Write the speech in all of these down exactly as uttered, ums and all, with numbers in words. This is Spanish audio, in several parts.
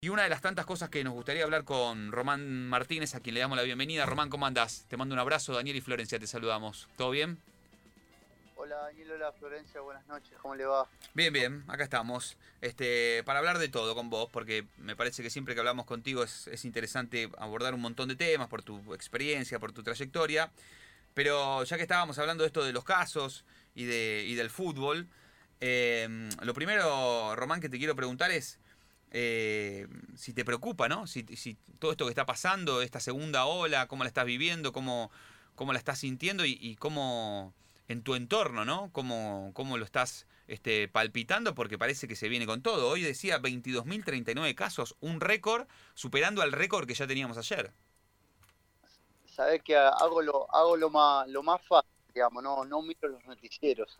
Y una de las tantas cosas que nos gustaría hablar con Román Martínez, a quien le damos la bienvenida. Román, ¿cómo andás? Te mando un abrazo. Daniel y Florencia te saludamos. ¿Todo bien? Hola Daniel, hola Florencia, buenas noches, ¿cómo le va? Bien, bien, acá estamos. Este, para hablar de todo con vos, porque me parece que siempre que hablamos contigo es, es interesante abordar un montón de temas por tu experiencia, por tu trayectoria. Pero ya que estábamos hablando de esto de los casos y, de, y del fútbol, eh, lo primero, Román, que te quiero preguntar es eh, si te preocupa, ¿no? Si, si todo esto que está pasando, esta segunda ola, cómo la estás viviendo, cómo, cómo la estás sintiendo y, y cómo en tu entorno, ¿no? Cómo, cómo lo estás este, palpitando, porque parece que se viene con todo. Hoy decía veintidós mil treinta y nueve casos, un récord, superando al récord que ya teníamos ayer. Sabés que hago lo, hago lo más, lo más fácil, digamos, no, no miro los noticieros.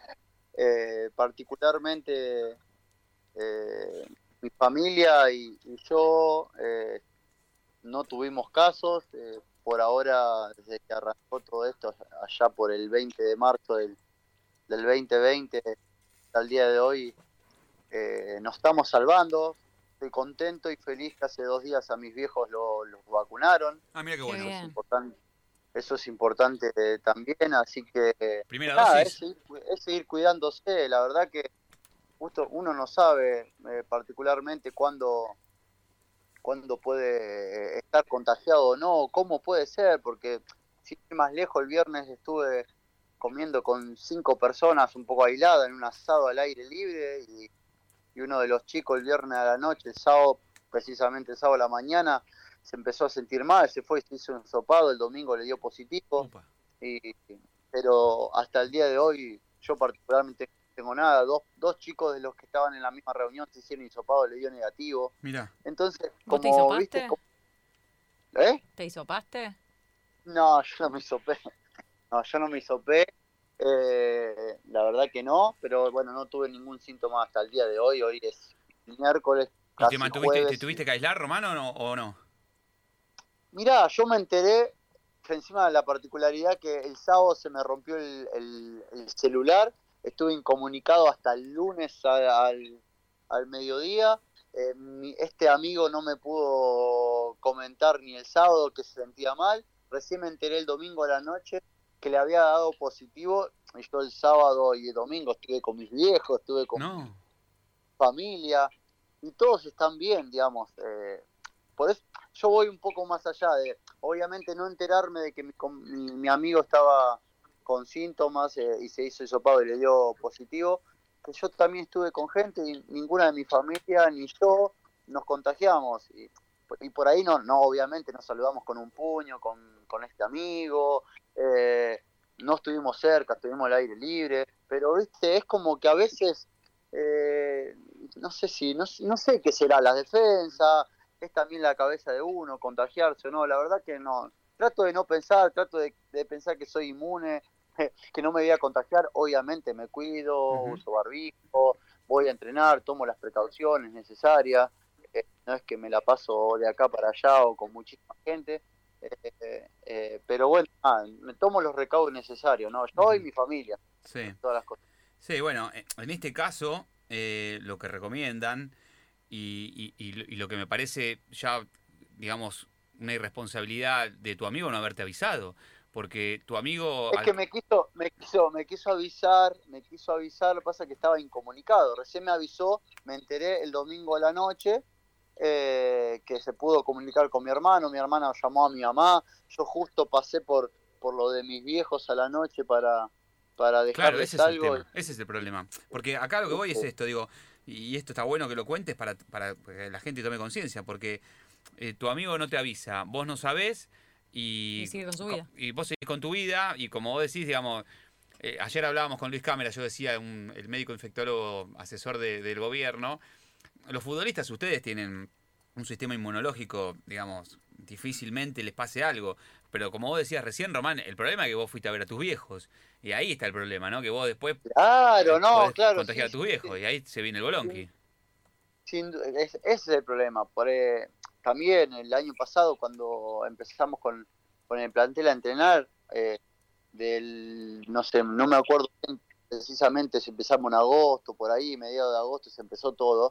Eh, particularmente eh, mi familia y, y yo eh, no tuvimos casos, eh, por ahora, desde que arrancó todo esto, allá por el veinte de marzo del, del veinte veinte al día de hoy, eh, nos estamos salvando. Estoy contento y feliz que hace dos días a mis viejos lo- los vacunaron. Ah, mira qué Qué bueno. Eso es bien. importante, eso es importante eh, también, así que eh, Primera nada, es dosis. seguir, es seguir cuidándose. La verdad que justo uno no sabe eh, particularmente cuándo, cuándo puede eh, estar contagiado o no, cómo puede ser, porque si ir más lejos, el viernes estuve comiendo con cinco personas un poco aislada en un asado al aire libre y y uno de los chicos el viernes a la noche, el sábado, precisamente el sábado a la mañana, se empezó a sentir mal, se fue y se hizo un hisopado, el domingo le dio positivo, Upa. y, pero hasta el día de hoy yo particularmente no tengo nada, dos, dos chicos de los que estaban en la misma reunión se hicieron hisopado, le dio negativo, Mira. entonces, ¿Vos te como, viste, hisopaste? como, ¿eh? ¿Te hisopaste? No, yo no me hisopé, no, yo no me hisopé, eh, la verdad que no, pero bueno, no tuve ningún síntoma hasta el día de hoy, hoy es miércoles, ¿Y te casi mantuviste, te jueves, y tuviste que aislar, Romano, o no? ¿O no? mirá, yo me enteré, encima de la particularidad que el sábado se me rompió el, el- el celular, estuve incomunicado hasta el lunes a- al, al mediodía, eh, mi- este amigo no me pudo comentar ni el sábado que se sentía mal, recién me enteré el domingo a la noche que le había dado positivo, y yo el sábado y el domingo estuve con mis viejos, estuve con mi No. familia, y todos están bien, digamos. Eh, por eso yo voy un poco más allá de, obviamente, no enterarme de que mi, mi, mi amigo estaba con síntomas eh, y se hizo hisopado y le dio positivo, que yo también estuve con gente y ninguna de mi familia ni yo nos contagiamos. Y, y por ahí no, no, obviamente nos saludamos con un puño, con, con este amigo, eh, no estuvimos cerca, estuvimos al aire libre, pero viste, es como que a veces eh, no sé si, no, no sé qué será la defensa, es también la cabeza de uno, contagiarse o no, la verdad que no, trato de no pensar, trato de, de pensar que soy inmune, que no me voy a contagiar, obviamente me cuido, Ujú. uso barbijo, voy a entrenar, tomo las precauciones necesarias, eh, no es que me la paso de acá para allá o con muchísima gente, eh, eh, pero bueno, ah, me tomo los recaudos necesarios, ¿no? Yo y Ujú. mi familia, Sí. todas las cosas. Sí, bueno, eh, en este caso, eh, lo que recomiendan y, y- y lo y lo que me parece ya, digamos, una irresponsabilidad de tu amigo no haberte avisado. Porque tu amigo, Es al- que me quiso, me quiso, me quiso avisar, me quiso avisar, lo que pasa es que estaba incomunicado. Recién me avisó, me enteré el domingo a la noche, eh, que se pudo comunicar con mi hermano, mi hermana llamó a mi mamá, yo justo pasé por, por lo de mis viejos a la noche para, para Claro, ese dejarles es el algo. Y, tema, ese es el problema. Porque acá lo que voy es esto, digo, y esto está bueno que lo cuentes para, para que la gente tome conciencia, porque eh, tu amigo no te avisa, vos no sabés Y y, sigue con su vida. y vos seguís con tu vida y como vos decís, digamos, eh, ayer hablábamos con Luis Cámara, yo decía, un, el médico infectólogo asesor de- del gobierno, los futbolistas ustedes tienen un sistema inmunológico, digamos, difícilmente les pase algo. Pero como vos decías recién, Román, el problema es que vose fuiste a ver a tus viejos. Y ahí está el problema, ¿no? Que vos después claro, eh, no, podés claro, contagiar sí, a tus sí, viejos. Y ahí se viene el sin, bolonqui. sin du- es- ese es el problema. Por, eh, también el año pasado, cuando empezamos con, con el plantel a entrenar, eh, del, no sé, no me acuerdo bien precisamente si empezamos en agosto, por ahí, mediados de agosto se empezó todo.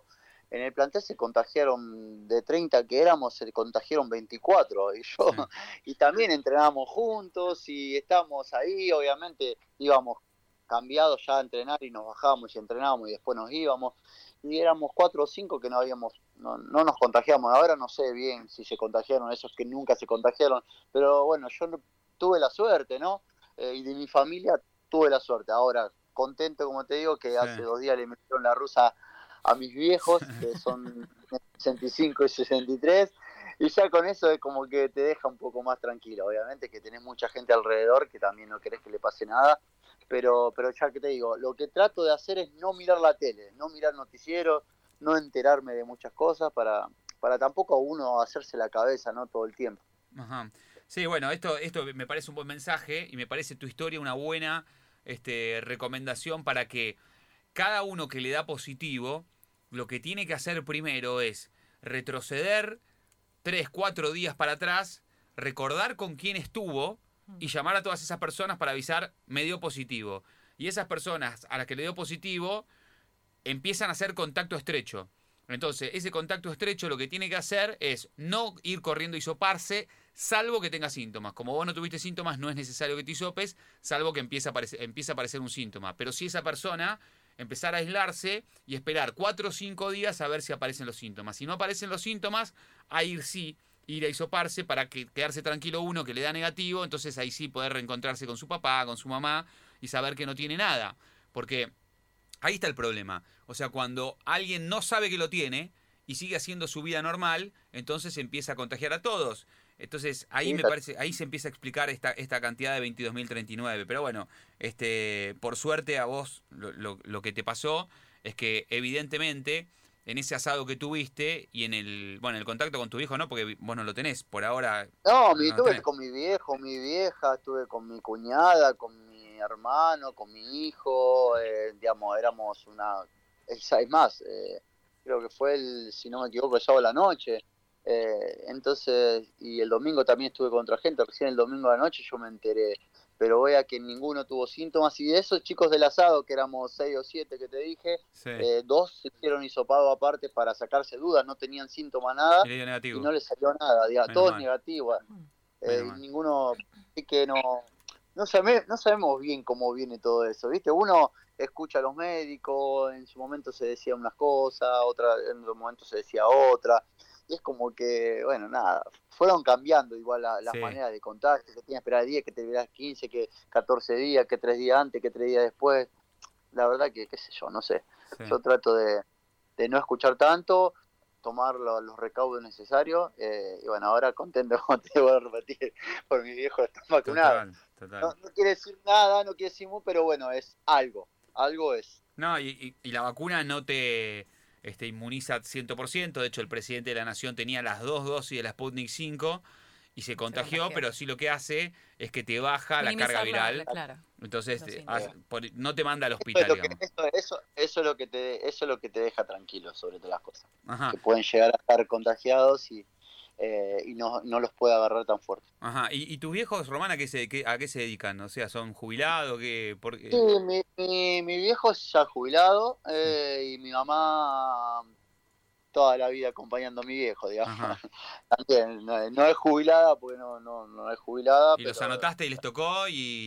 en el plantel se contagiaron, de treinta que éramos, se contagiaron veinticuatro, y yo, Sí. y también entrenábamos juntos, y estábamos ahí, obviamente íbamos cambiados ya a entrenar, y nos bajábamos y entrenábamos, y después nos íbamos, y éramos cuatro o cinco que no habíamos, no, no nos contagiamos. Ahora no sé bien si se contagiaron esos que nunca se contagiaron, pero bueno, yo no, tuve la suerte, ¿no? Eh, y de mi familia tuve la suerte. Ahora, contento, como te digo, que Sí. hace dos días le metieron la rusa a mis viejos, que son sesenta y cinco y sesenta y tres, y ya con eso es como que te deja un poco más tranquilo. Obviamente que tenés mucha gente alrededor que también no querés que le pase nada, pero, pero ya que te digo, lo que trato de hacer es no mirar la tele, no mirar noticieros, no enterarme de muchas cosas para, para tampoco uno hacerse la cabeza, ¿no? Todo el tiempo. Ajá. Sí, bueno, esto, esto me parece un buen mensaje y me parece tu historia una buena este, recomendación para que cada uno que le da positivo, lo que tiene que hacer primero es retroceder tres, cuatro días para atrás, recordar con quién estuvo y llamar a todas esas personas para avisar me dio positivo. Y esas personas a las que le dio positivo empiezan a hacer contacto estrecho. Entonces, ese contacto estrecho lo que tiene que hacer es no ir corriendo a hisoparse, salvo que tenga síntomas. Como vos no tuviste síntomas, no es necesario que te hisopes, salvo que empiece a aparecer, empiece a aparecer un síntoma. Pero si esa persona empezar a aislarse y esperar cuatro o cinco días a ver si aparecen los síntomas. Si no aparecen los síntomas, a ir sí, ir a hisoparse para que, quedarse tranquilo uno que le da negativo, entonces ahí sí poder reencontrarse con su papá, con su mamá y saber que no tiene nada. Porque ahí está el problema. O sea, cuando alguien no sabe que lo tiene y sigue haciendo su vida normal, entonces empieza a contagiar a todos. Entonces ahí Sí, me parece, ahí se empieza a explicar esta, esta cantidad de veintidós mil treinta y nueve. Pero bueno, este, por suerte a vos lo, lo, lo que te pasó es que evidentemente en ese asado que tuviste y en el, bueno, el contacto con tu hijo no, porque vos no lo tenés, por ahora no, no mi, lo estuve tenés. con mi viejo, mi vieja, estuve con mi cuñada, con mi hermano, con mi hijo, eh, digamos, éramos una, es, es más, eh, creo que fue el, si no me equivoco, el sábado a la noche, eh, entonces, y el domingo también estuve con otra gente, recién el domingo a la noche yo me enteré, pero vea que ninguno tuvo síntomas, y de esos chicos del asado, que éramos seis o siete que te dije, Sí, eh, dos se hicieron hisopado aparte para sacarse dudas, no tenían síntomas y nada, le dio y negativo. no les salió nada, digamos, Menos todos mal, negativos, menos eh, y mal. ninguno, así que no, no, sabe, no sabemos bien cómo viene todo eso, ¿viste? Uno escucha a los médicos, en su momento se decía unas cosas, otra, en otro momento se decía otra, y es como que, bueno, nada, fueron cambiando igual la, las Sí, maneras de contacto, que tenías que esperar diez, que te verás quince, que catorce días, que tres días antes, que tres días después, la verdad que, qué sé yo, no sé, sí. yo trato de, de no escuchar tanto, tomar lo, los recaudos necesarios, eh, y bueno, ahora contento, como te voy a repetir, por mi viejo está vacunado. Total, total. No, no quiere decir nada, no quiere decir mucho, pero bueno, es algo, algo es. No, y, y- y la vacuna no te este, inmuniza cien por ciento. De hecho, el presidente de la Nación tenía las dos dosis de la Sputnik cinco y se contagió, contagió. pero sí lo que hace es que te baja la Minimizar carga la- viral. la- claro, Entonces, los te- síntomas. hace- por- no te manda al Eso es hospital, lo que, digamos. eso, eso, eso es lo que te, eso es lo que te deja tranquilo sobre todas las cosas, Ajá, que pueden llegar a estar contagiados y, eh, y no, no los puede agarrar tan fuerte. ajá. ¿Y, y tus viejos, Román, a qué se, qué- a qué se dedican? O sea, ¿son jubilados? ¿Qué, por, Sí, qué? mi, mi, mi viejo es ya jubilado, Sí. eh, y mi mamá toda la vida acompañando a mi viejo, digamos. Ajá. También, no, no es jubilada, porque no, no, no es jubilada, ¿Y los pero anotaste y les tocó?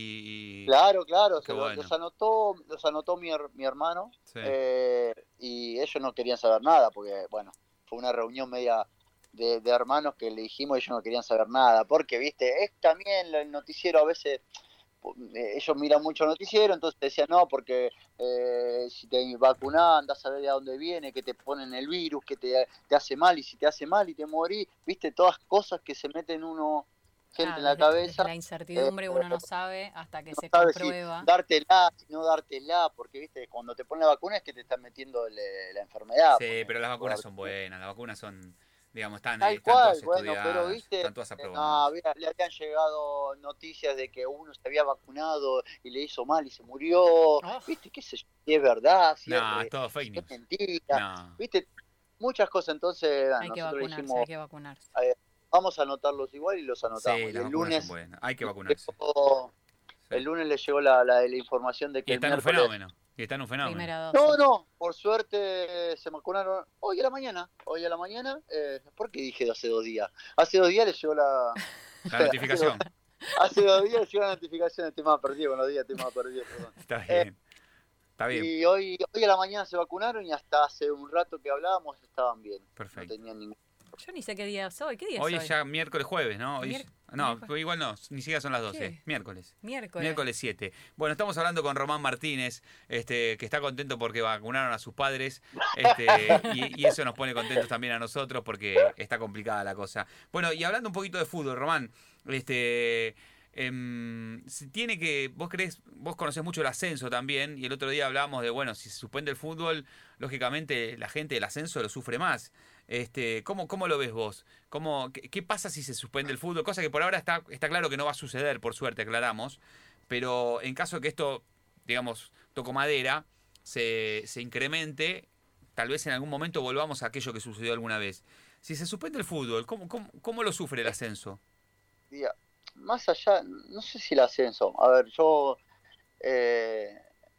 Y, y- claro, claro, qué se lo- los bueno. anotó, los anotó mi, her- mi hermano, Sí. eh, y ellos no querían saber nada, porque bueno, fue una reunión media de, de hermanos que le dijimos y ellos no querían saber nada, porque viste, es también el noticiero a veces, eh, ellos miran mucho noticiero, entonces decían, no, porque eh, si te vacunás, andás a ver de dónde viene, que te ponen el virus, que te, te hace mal, y si te hace mal y te morís, viste, todas cosas que se meten uno, gente Claro, en la desde, cabeza, desde la eh, incertidumbre uno no sabe hasta que no se sabes si comprueba. dártela, si no dártela, porque viste, cuando te ponen la vacuna es que te están metiendo le, la enfermedad. Sí, pero las Por, vacunas por, son buenas. Las vacunas son, digamos, están, eh, tal están todas cual, bueno, pero estudiadas, viste, están todas eh, no, aprobadas. había- le habían llegado noticias de que uno se había vacunado y le hizo mal y se murió, Oh, viste, qué sé yo, si es verdad, si es, No, es re- todo si fake es news. mentira, No. viste, muchas cosas. Entonces, bueno, hay que nosotros le vacunarse, hay dijimos, que vacunarse. eh, vamos a anotarlos igual, y los Sí, anotamos. Y las el vacunas son lunes buenas. Hay que le vacunarse. llegó, Sí. el lunes le llegó la, la, la información de Y que el está en un miércoles fenómeno. Y están un fenómeno. Primera dosis. No, no, por suerte se vacunaron hoy a la mañana. Hoy a la mañana, eh, ¿por qué dije hace dos días? Hace dos días les llegó la... La notificación. hace, dos, hace dos días les llegó la notificación, estoy más perdido con los días, estoy más perdido, perdón. Está bien. Eh, Está bien. Y hoy, hoy a la mañana se vacunaron y hasta hace un rato que hablábamos estaban bien. Perfecto. No tenían ningún... Yo ni sé qué día es hoy. ¿Qué día Hoy es es hoy? ya miércoles, jueves, ¿no? Hoy Mier- es- No, miércoles. igual no, ni siquiera son las doce. ¿Qué? Miércoles. Miércoles. Miércoles siete. Bueno, estamos hablando con Román Martínez, este, que está contento porque vacunaron a sus padres, este, y, y eso nos pone contentos también a nosotros porque está complicada la cosa. Bueno, y hablando un poquito de fútbol, Román, este, em, si tiene que, vos crees, vos conocés mucho el ascenso también, y el otro día hablábamos de, bueno, si se suspende el fútbol, lógicamente la gente del ascenso lo sufre más. Este, ¿cómo, ¿Cómo lo ves vos? ¿Cómo, qué, qué pasa si se suspende el fútbol? Cosa que por ahora está, está claro que no va a suceder, por suerte, aclaramos. Pero en caso de que esto, digamos, toco madera, se, se incremente, tal vez en algún momento volvamos a aquello que sucedió alguna vez. Si se suspende el fútbol, ¿cómo, cómo, cómo lo sufre el ascenso? Día. Más allá, no sé si el ascenso. A ver, yo eh,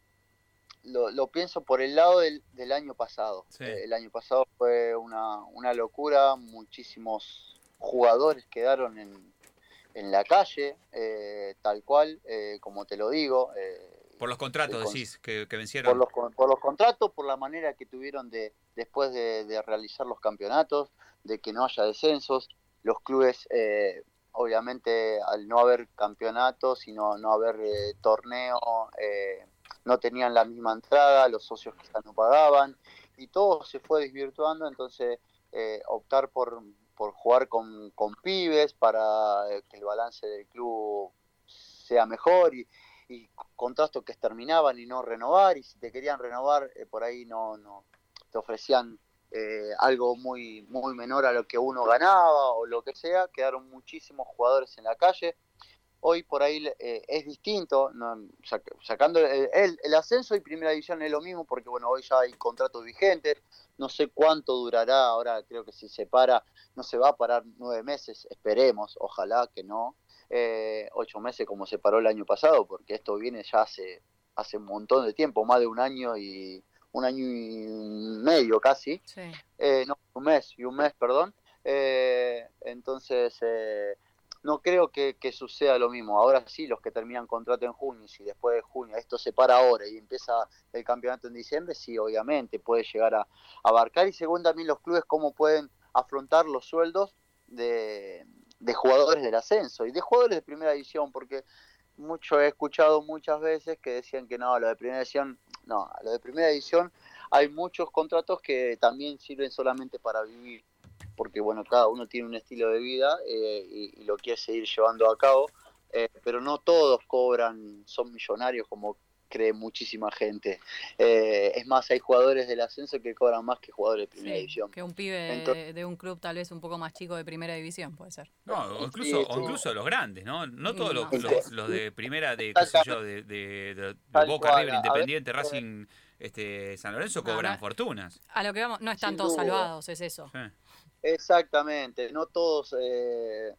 lo, lo pienso por el lado del, del año pasado. Sí. Eh, el año pasado fue una, una locura, muchísimos jugadores quedaron en, en la calle, eh, tal cual, eh, como te lo digo. Eh, Por los contratos, con- decís, que, que vencieron. por los, con- por los contratos, por la manera que tuvieron de después de, de realizar los campeonatos, de que no haya descensos, los clubes, eh, obviamente, al no haber campeonatos y no, no haber eh, torneo, eh, no tenían la misma entrada, los socios quizás no pagaban, y todo se fue desvirtuando, entonces eh, optar por, por jugar con, con pibes para eh, que el balance del club sea mejor y, y contratos que terminaban y no renovar, y si te querían renovar, eh, por ahí no, no te ofrecían eh, algo muy, muy menor a lo que uno ganaba o lo que sea, quedaron muchísimos jugadores en la calle. Hoy por ahí eh, es distinto, no, sac, sacando el, el, el ascenso y primera división es lo mismo, porque bueno, hoy ya hay contratos vigentes, no sé cuánto durará, ahora creo que si se para, no se va a parar nueve meses, esperemos, ojalá que no, eh, ocho meses como se paró el año pasado, porque esto viene ya hace, hace un montón de tiempo, más de un año y un año y medio casi, Sí. eh, no, un mes y un mes, perdón, eh, entonces eh, no creo que, que suceda lo mismo. Ahora sí, los que terminan contrato en junio, si después de junio esto se para ahora y empieza el campeonato en diciembre, sí, obviamente puede llegar a, a abarcar. Y según también los clubes, cómo pueden afrontar los sueldos de, de jugadores del ascenso y de jugadores de primera división, porque mucho he escuchado muchas veces que decían que no, lo de primera división, no, lo de primera división hay muchos contratos que también sirven solamente para vivir, porque bueno, cada uno tiene un estilo de vida eh, y, y lo quiere seguir llevando a cabo, eh, pero no todos cobran, son millonarios como cree muchísima gente. Eh, es más, hay jugadores del ascenso que cobran más que jugadores de primera Sí, división. que un pibe Entonces, de, de un club tal vez un poco más chico de primera división, puede ser. No, o incluso, sí, o sí. incluso los grandes, ¿no? No todos los, No sé. los, los de primera, de qué sé yo, de, de, de- de Tal Boca, cual, River, a ver, Independiente, eh, Racing, este, San Lorenzo No, cobran no. fortunas. A lo que vamos, no están Sin todos duda. salvados, es eso. Sí. Exactamente, no todos eh,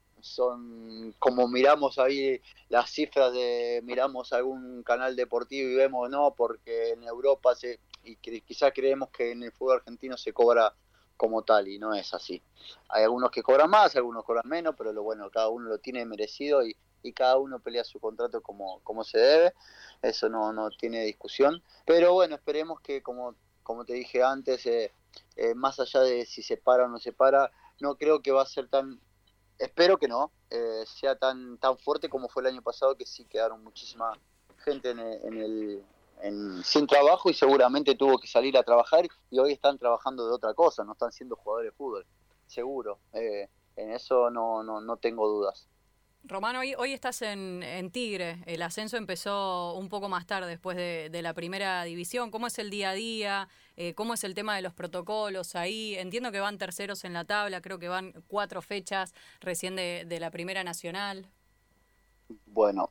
son como miramos ahí las cifras de miramos algún canal deportivo y vemos no, porque en Europa se y que quizás creemos que en el fútbol argentino se cobra como tal y no es así. Hay algunos que cobran más, algunos cobran menos, pero lo bueno, cada uno lo tiene merecido y, y cada uno pelea su contrato como, como se debe, eso no, no tiene discusión, pero bueno, esperemos que como, como te dije antes, eh, eh, más allá de si se para o no se para, no creo que va a ser tan, espero que no, eh, sea tan tan fuerte como fue el año pasado, que sí quedaron muchísima gente en el, en el en, sin trabajo y seguramente tuvo que salir a trabajar y hoy están trabajando de otra cosa, no están siendo jugadores de fútbol, seguro, eh, en eso no, no, no tengo dudas. Román, hoy, hoy estás en, en Tigre. El ascenso empezó un poco más tarde, después de, de la primera división. ¿Cómo es el día a día? Eh, ¿Cómo es el tema de los protocolos ahí? Entiendo que van terceros en la tabla, creo que van cuatro fechas recién de, de la primera nacional. Bueno,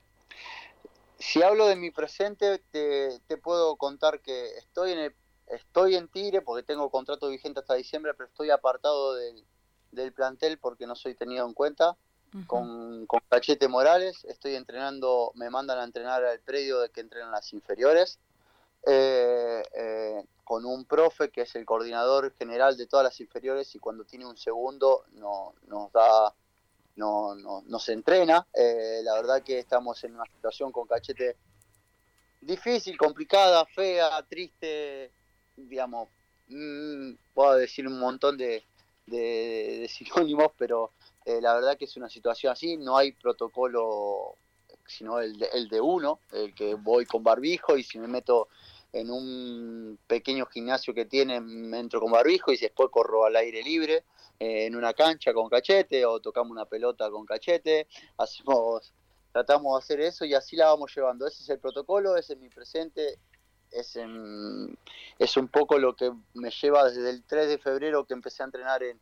si hablo de mi presente, te, te puedo contar que estoy en el, estoy en Tigre porque tengo contrato vigente hasta diciembre, pero estoy apartado del, del plantel porque no soy tenido en cuenta. Uh-huh. Con, con Cachete Morales, estoy entrenando, me mandan a entrenar al predio de que entrenan las inferiores. eh, eh, con un profe que es el coordinador general de todas las inferiores, y cuando tiene un segundo no, nos da, no, no, nos entrena. Eh, la verdad que estamos en una situación con Cachete difícil, complicada, fea, triste, digamos, mmm, puedo decir un montón de, de, de sinónimos, pero eh, la verdad que es una situación así, no hay protocolo sino el de, el de uno, el que voy con barbijo, y si me meto en un pequeño gimnasio que tiene, me entro con barbijo y después corro al aire libre, eh, en una cancha con Cachete, o tocamos una pelota con Cachete, hacemos, tratamos de hacer eso y así la vamos llevando. Ese es el protocolo, ese es mi presente, es, en, es un poco lo que me lleva desde el tres de febrero que empecé a entrenar en,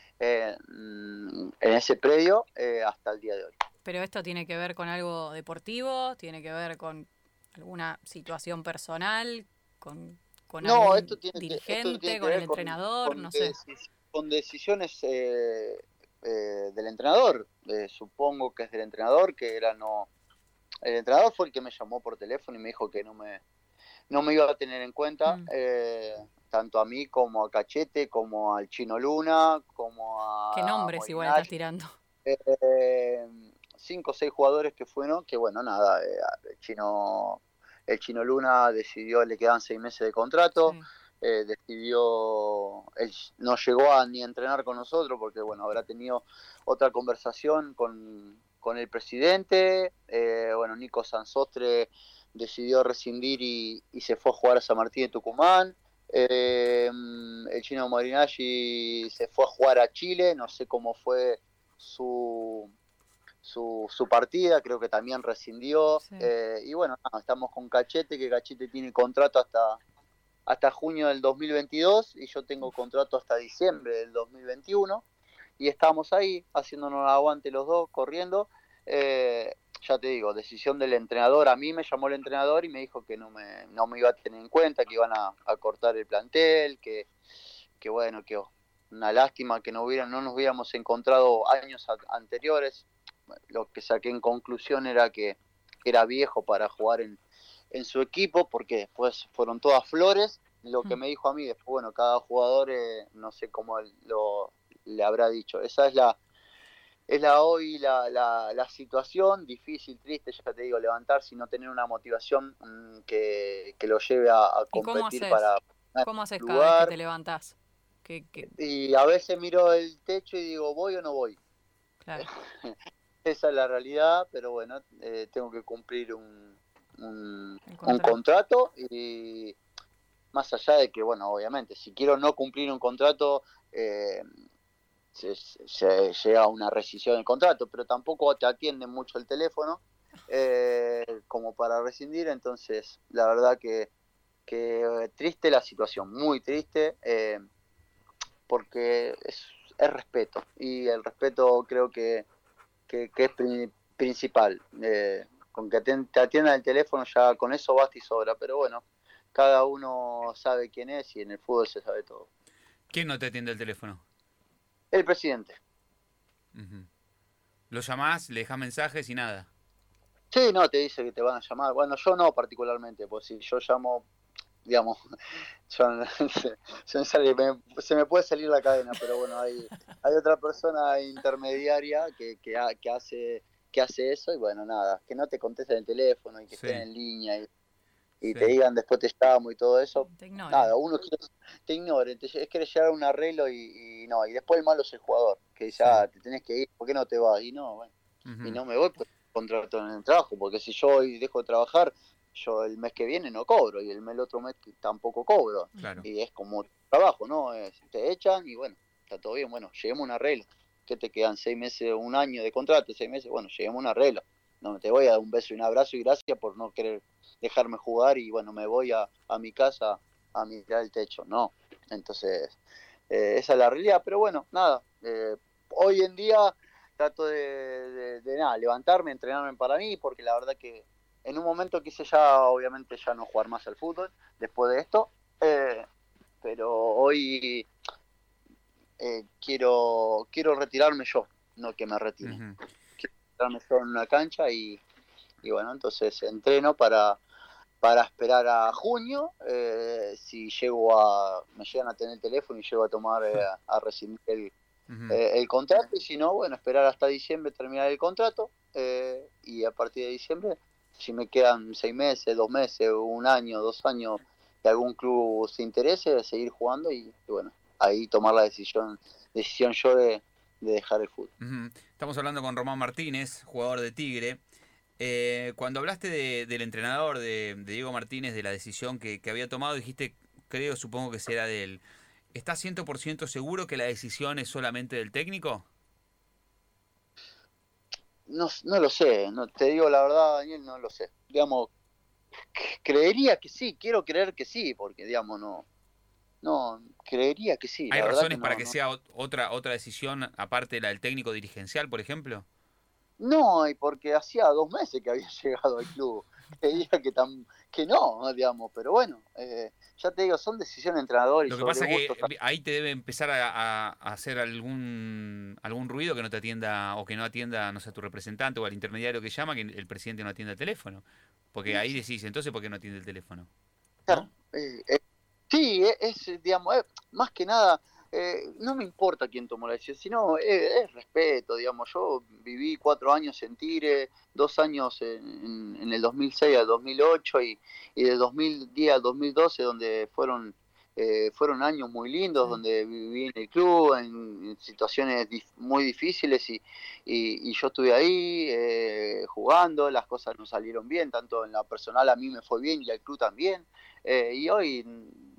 en, en ese predio eh, hasta el día de hoy. ¿Pero esto tiene que ver con algo deportivo? ¿Tiene que ver con alguna situación personal? ¿Con, con no, algún esto tiene dirigente? Que, esto tiene que ¿Con ver el entrenador? Con, no con sé. Decis, con decisiones eh, eh, del entrenador. Eh, supongo que es del entrenador, que era no... El entrenador fue el que me llamó por teléfono y me dijo que no me, no me iba a tener en cuenta, Mm. eh, tanto a mí como a Cachete, como al Chino Luna, como ¿Qué a nombres igual estás Molinari. tirando? Eh, cinco o seis jugadores que fueron, que bueno, nada, eh, el Chino el Chino Luna decidió, le quedan seis meses de contrato, Sí. eh, decidió, él no llegó a ni a entrenar con nosotros porque bueno, habrá tenido otra conversación con, con el presidente, eh, bueno, Nico Sansostre decidió rescindir y, y se fue a jugar a San Martín de Tucumán. Eh, el Chino Morinaggi se fue a jugar a Chile, no sé cómo fue su, su, su partida, creo que también rescindió. Sí. Eh, y bueno, no, estamos con Cachete, que Cachete tiene contrato hasta, hasta junio del dos mil veintidós y yo tengo contrato hasta diciembre del dos mil veintiuno. Y estamos ahí, haciéndonos aguante los dos, corriendo. Eh, ya te digo, decisión del entrenador. A mí me llamó el entrenador y me dijo que no me, no me iba a tener en cuenta, que iban a, a cortar el plantel, que, que bueno, que una lástima que no, hubiera, no nos hubiéramos encontrado años a, anteriores. Lo que saqué en conclusión era que era viejo para jugar en, en su equipo, porque después fueron todas flores. Lo que Mm. me dijo a mí, después, bueno, cada jugador, eh, no sé cómo lo, le habrá dicho. Esa es la, es la hoy la, la, la situación, difícil, triste, ya te digo, levantarse y no tener una motivación mmm, que, que lo lleve a, a ¿Y cómo competir haces? para ¿Cómo haces un cada vez que lugar. te levantás? ¿Qué, qué? Y a veces miro el techo y digo, ¿voy o no voy? Claro. Esa es la realidad, pero bueno, eh, tengo que cumplir un, un, El un contrato. contrato, y más allá de que, bueno, obviamente, si quiero no cumplir un contrato, eh, se, se llega a una rescisión del contrato, pero tampoco te atienden mucho el teléfono eh, como para rescindir. Entonces la verdad que, que triste la situación, muy triste, eh, porque es, es respeto, y el respeto creo que, que, que es pri- principal. Eh, con que te, te atiendan el teléfono ya con eso basta y sobra, pero bueno, cada uno sabe quién es y en el fútbol se sabe todo. ¿Quién no te atiende el teléfono? El presidente. Uh-huh. ¿Lo llamás, le dejás mensajes y nada? Sí, no, te dice que te van a llamar. Bueno, yo no particularmente, pues si yo llamo, digamos, yo, se, se, me sale, me, se me puede salir la cadena, pero bueno, hay, hay otra persona intermediaria que, que, ha, que, hace, que hace eso, y bueno, nada, que no te contesten el teléfono y que Sí, estén en línea y, y sí. te digan después te llamo y todo eso. Te ignoran. Nada, uno quiere, te ignoren, te, es querer llegar a un arreglo y, y no, y después el malo es el jugador, que dice, Sí. ah, te tenés que ir, ¿por qué no te vas? Y no, bueno, Uh-huh. y no me voy pues contrato en el trabajo, porque si yo hoy dejo de trabajar, yo el mes que viene no cobro, y el, mes, el otro mes tampoco cobro, Claro. y es como trabajo, ¿no? Es, te echan y bueno, está todo bien, bueno, lleguemos a un arreglo. ¿Qué te quedan? ¿Seis meses, un año de contrato? ¿Seis meses? Bueno, lleguemos a un arreglo. No te voy a dar un beso y un abrazo y gracias por no querer dejarme jugar y bueno, me voy a, a mi casa a mirar el techo, no. Entonces, eh, esa es la realidad, pero bueno, nada, eh, hoy en día trato de, de, de nada, levantarme, entrenarme para mí, porque la verdad que en un momento quise ya, obviamente, ya no jugar más al fútbol después de esto, eh, pero hoy eh, quiero quiero retirarme yo, no que me retiren. Uh-huh. Quiero retirarme yo en una cancha y, y bueno, entonces entreno para, para esperar a junio, eh, si llego a, me llegan a tener el teléfono y llego a tomar, eh, a recibir el, uh-huh. eh, el contrato, y si no, bueno, esperar hasta diciembre, terminar el contrato, eh, y a partir de diciembre, si me quedan seis meses, dos meses, un año, dos años, que algún club se interese, seguir jugando, y, y bueno, ahí tomar la decisión, decisión yo de, de dejar el fútbol. Uh-huh. Estamos hablando con Román Martínez, jugador de Tigre. Eh, cuando hablaste de, del entrenador, de, de Diego Martínez, de la decisión que, que había tomado, dijiste, creo, supongo que será de él. ¿Estás cien por ciento seguro que la decisión es solamente del técnico? No, no lo sé, no, te digo la verdad, Daniel, no lo sé. Digamos, creería que sí, quiero creer que sí, porque, digamos, no, no, creería que sí. ¿Hay la razones que para no, que no. sea otra, otra decisión, aparte de la del técnico dirigencial, por ejemplo? No, y porque hacía dos meses que había llegado al club. Creía que, tan, que no, digamos, pero bueno, eh, ya te digo, son decisiones de entrenadores. Lo que sobre pasa es gustos. que ahí te debe empezar a, a, a hacer algún algún ruido que no te atienda, o que no atienda, no sé, a tu representante o al intermediario que llama, que el presidente no atienda el teléfono. Porque ahí decís, entonces, ¿por qué no atiende el teléfono? ¿No? Eh, eh, sí, es, es digamos, es, más que nada, eh, no me importa quién tomó la decisión, sino es, es respeto, digamos. Yo viví cuatro años en Tigre, dos años en, en el dos mil seis al dos mil ocho, y, y de dos mil diez al dos mil doce, donde fueron eh, fueron años muy lindos, sí. Donde viví en el club, en, en situaciones dif muy difíciles, y, y, y yo estuve ahí eh, jugando, las cosas no salieron bien, tanto en la personal a mí me fue bien y al club también. Eh, y hoy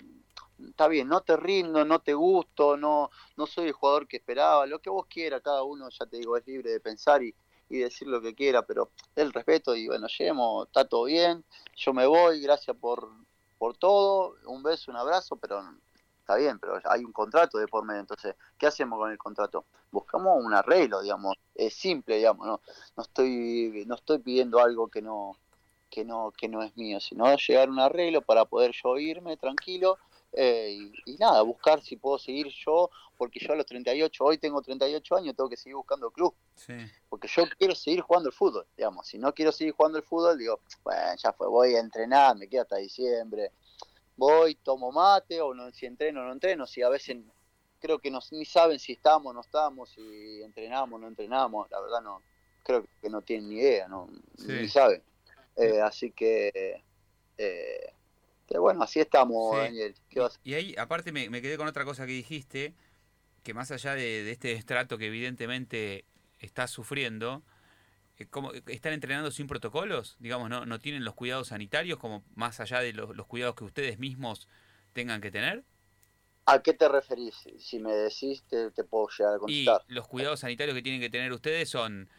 está bien, no te rindo, no te gusto, no, no soy el jugador que esperaba, lo que vos quieras, cada uno, ya te digo, es libre de pensar y, y decir lo que quiera, pero el respeto, y bueno, lleguemos, está todo bien, yo me voy, gracias por, por todo, un beso, un abrazo, pero está bien, pero hay un contrato de por medio, entonces, ¿qué hacemos con el contrato? Buscamos un arreglo, digamos, es simple, digamos, no, no estoy, no estoy pidiendo algo que no, que no, que no es mío, sino llegar a un arreglo para poder yo irme tranquilo. Eh, y, y nada, buscar si puedo seguir yo, porque yo a los treinta y ocho, hoy tengo treinta y ocho años, tengo que seguir buscando club, sí. Porque yo quiero seguir jugando el fútbol, digamos. Si no quiero seguir jugando el fútbol, digo, bueno, ya fue, voy a entrenar, me quedo hasta diciembre, voy, tomo mate, o no, si entreno o no entreno, si a veces creo que no, ni saben si estamos o no estamos, si entrenamos o no entrenamos, la verdad no, creo que no tienen ni idea, no, sí. Ni saben. Eh, así que... Eh, Que bueno, así estamos, sí. Daniel. ¿Qué vas? Y, y ahí, aparte, me, me quedé con otra cosa que dijiste, que más allá de, de este estrato que evidentemente estás sufriendo, ¿cómo, ¿están entrenando sin protocolos? Digamos, ¿no, no tienen los cuidados sanitarios como más allá de los, los cuidados que ustedes mismos tengan que tener? ¿A qué te referís? Si me decís, te, te puedo llegar a contestar. Y los cuidados sanitarios que tienen que tener ustedes son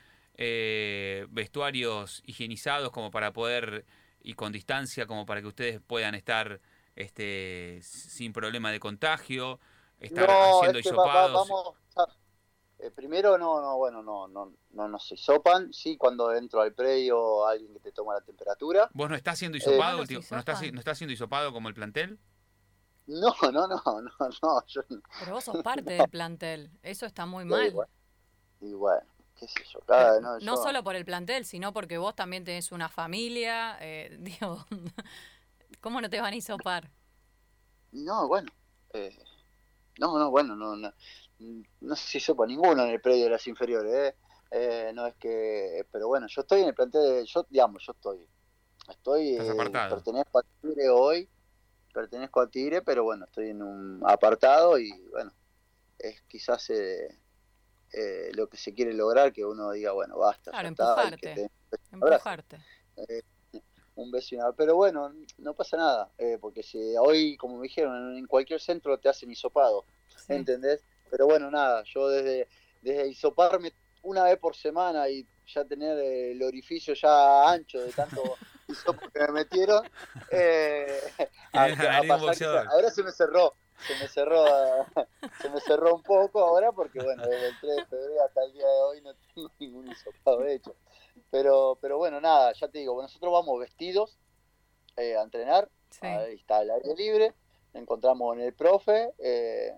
eh, vestuarios higienizados como para poder... y con distancia como para que ustedes puedan estar este sin problema de contagio, estar no, haciendo es que hisopados. Va, va, vamos, eh, primero no, no, bueno, no, no, no nos hisopan, sí, cuando entro al predio alguien que te toma la temperatura. ¿Vos no estás siendo hisopado? Eh, ¿No, ¿No estás no estás siendo hisopado como el plantel? No, no, no, no, no. Yo, Pero vos sos parte no. del plantel, eso está muy mal. Y bueno, y bueno qué sé yo, cada, no, no yo... solo por el plantel, sino porque vos también tenés una familia, eh, digo, ¿cómo no te van a hisopar? No, bueno, eh, no, no, bueno, no, no, no se hisopa ninguno en el predio de las inferiores, eh, eh, no es que, pero bueno, yo estoy en el plantel, de, yo, digamos, yo estoy, estoy, eh, pertenezco a Tigre hoy, pertenezco a Tigre, pero bueno, estoy en un apartado y bueno, es quizás... Eh, Eh, lo que se quiere lograr, que uno diga, bueno, basta, claro, ya empujarte, está, que empujarte. Eh, un beso y nada. Pero bueno, no pasa nada, eh, porque si hoy, como me dijeron, en cualquier centro te hacen hisopado, sí. ¿Entendés? Pero bueno, nada, yo desde, desde hisoparme una vez por semana y ya tener el orificio ya ancho de tanto hisopo que me metieron, eh, a, a pasar que, ahora se me cerró. Se me cerró se me cerró un poco ahora porque bueno, desde el tres de febrero hasta el día de hoy no tengo ningún hisopado hecho, pero pero bueno, nada, ya te digo, nosotros vamos vestidos eh, a entrenar, sí. Ahí está el aire libre, nos encontramos en el profe eh,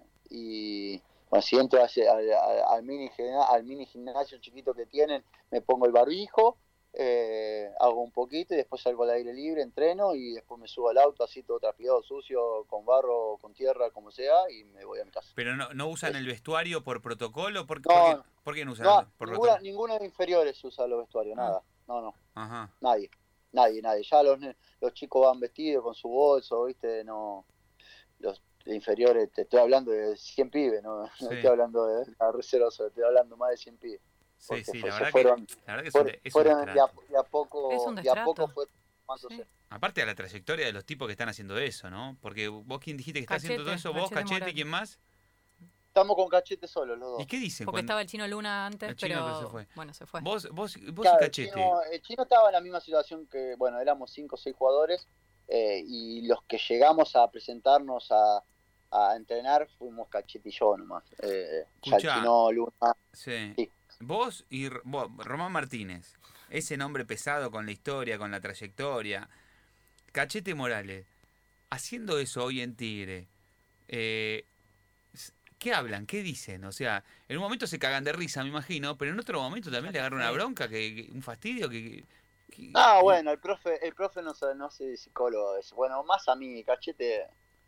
y bueno, si entro al, al, al, mini, al mini gimnasio chiquito que tienen, me pongo el barbijo eh, hago un poquito y después salgo al aire libre, entreno y después me subo al auto así todo trapeado, sucio, con barro, con tierra, como sea, y me voy a mi casa. Pero no, no usan Es- el vestuario por protocolo, ¿por, por qué, no, por qué no usan no, por ninguna, protocolo? ninguno de inferiores usa los vestuarios, Ah, nada, no, no, ajá. nadie, nadie, nadie. Ya los, ne- los chicos van vestidos con su bolso, viste, no, los inferiores, te estoy hablando de cien pibes, no, no estoy Sí, hablando de la reserva, solo estoy hablando más de cien pibes, sí, porque sí, fue- la se verdad que, fueron, la verdad que es un, fueron, de- es un fueron de a, destrato. de a Es un poco, de a poco destrato. fueron Sí. formándose. Aparte de la trayectoria de los tipos que están haciendo eso, ¿no? Porque vos, ¿quién dijiste que está haciendo todo Cachete, eso? Vos, Cachete Cachete, Morales. ¿quién más? Estamos con Cachete solos los ¿Y dos. qué dicen Porque cuando estaba el Chino Luna antes, el chino pero se pero fue? bueno, se fue. Vos, vos, vos y Claro, el Cachete. chino, el chino estaba en la misma situación que, bueno, éramos cinco o seis jugadores eh, y los que llegamos a presentarnos a, a entrenar fuimos Cachete y yo nomás. Eh, ya el Escuchá, chino Luna, sí. sí. Vos y R- vos, Román Martínez, ese nombre pesado con la historia, con la trayectoria. Cachete Morales, haciendo eso hoy en Tigre, eh, s- ¿qué hablan? ¿Qué dicen? O sea, en un momento se cagan de risa, me imagino, pero en otro momento también le agarra una Sí. bronca, que, que- un fastidio, que... que- Ah, que- bueno, el profe, el profe no sé, no sé psicólogo es. Bueno, más a mí, Cachete,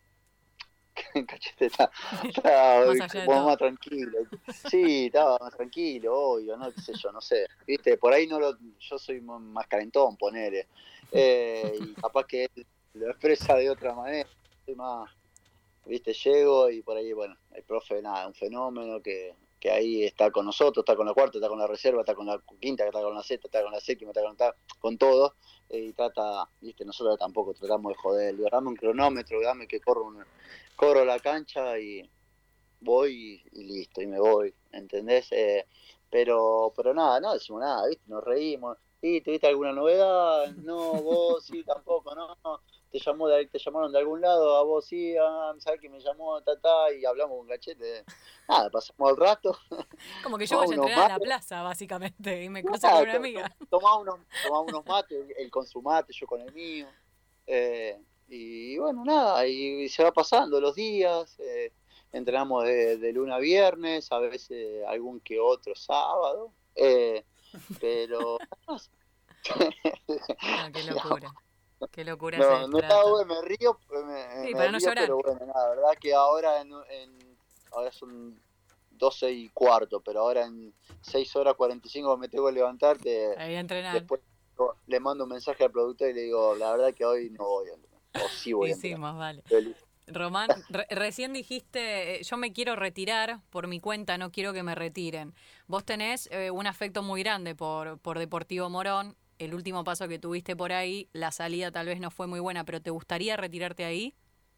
Cachete está, está Más allá de como todo. más tranquilo. Sí, estaba más tranquilo, obvio, no, qué sé yo, no sé. Viste, por ahí no lo, yo soy m- más calentón, ponele. Eh, y capaz que él lo expresa de otra manera. Soy más, viste, llego y por ahí, bueno, el profe, nada, un fenómeno que, que ahí está con nosotros, está con la cuarta, está con la reserva, está con la quinta, está con la sexta, está con la séptima, está con, está con todo, eh, y trata, viste, nosotros tampoco tratamos de joder, digo, dame un cronómetro, dame que corro, un, corro la cancha y voy y, y listo, y me voy, ¿entendés? Eh, pero, pero nada, no decimos nada, viste, nos reímos. ¿Y tuviste alguna novedad? No, vos sí, tampoco, no. Te llamó de, te llamaron de algún lado, a vos sí, ah, sabes que me llamó, ta, ta, y hablamos con Cachete. Nada, pasamos el rato, Como que yo tomamos vaya a unos entrenar a la mates, plaza, básicamente, y me cruzo con nada, una to- to- amiga. tomamos unos, tomamos unos mates, él con su mate, yo con el mío. Eh, y bueno, nada, y, y se va pasando los días, eh, entrenamos de, de lunes a viernes, a veces algún que otro sábado, eh, pero No, qué locura. Qué locura ese no, no está destrato. bueno, me río, me, Sí, me para no río, llorar. pero bueno, nada, la verdad que ahora en, en ahora son doce y cuarto, pero ahora en seis horas cuarenta y cinco me tengo que levantar, te- Ahí a entrenar. después le mando un mensaje al productor y le digo, la verdad que hoy no voy a entrenar, o sí voy Y a sí, entrenar. más vale. Feliz. Román, re- recién dijiste, eh, yo me quiero retirar por mi cuenta, no quiero que me retiren. Vos tenés eh, un afecto muy grande por, por Deportivo Morón. El último paso que tuviste por ahí, la salida tal vez no fue muy buena, pero ¿te gustaría retirarte ahí?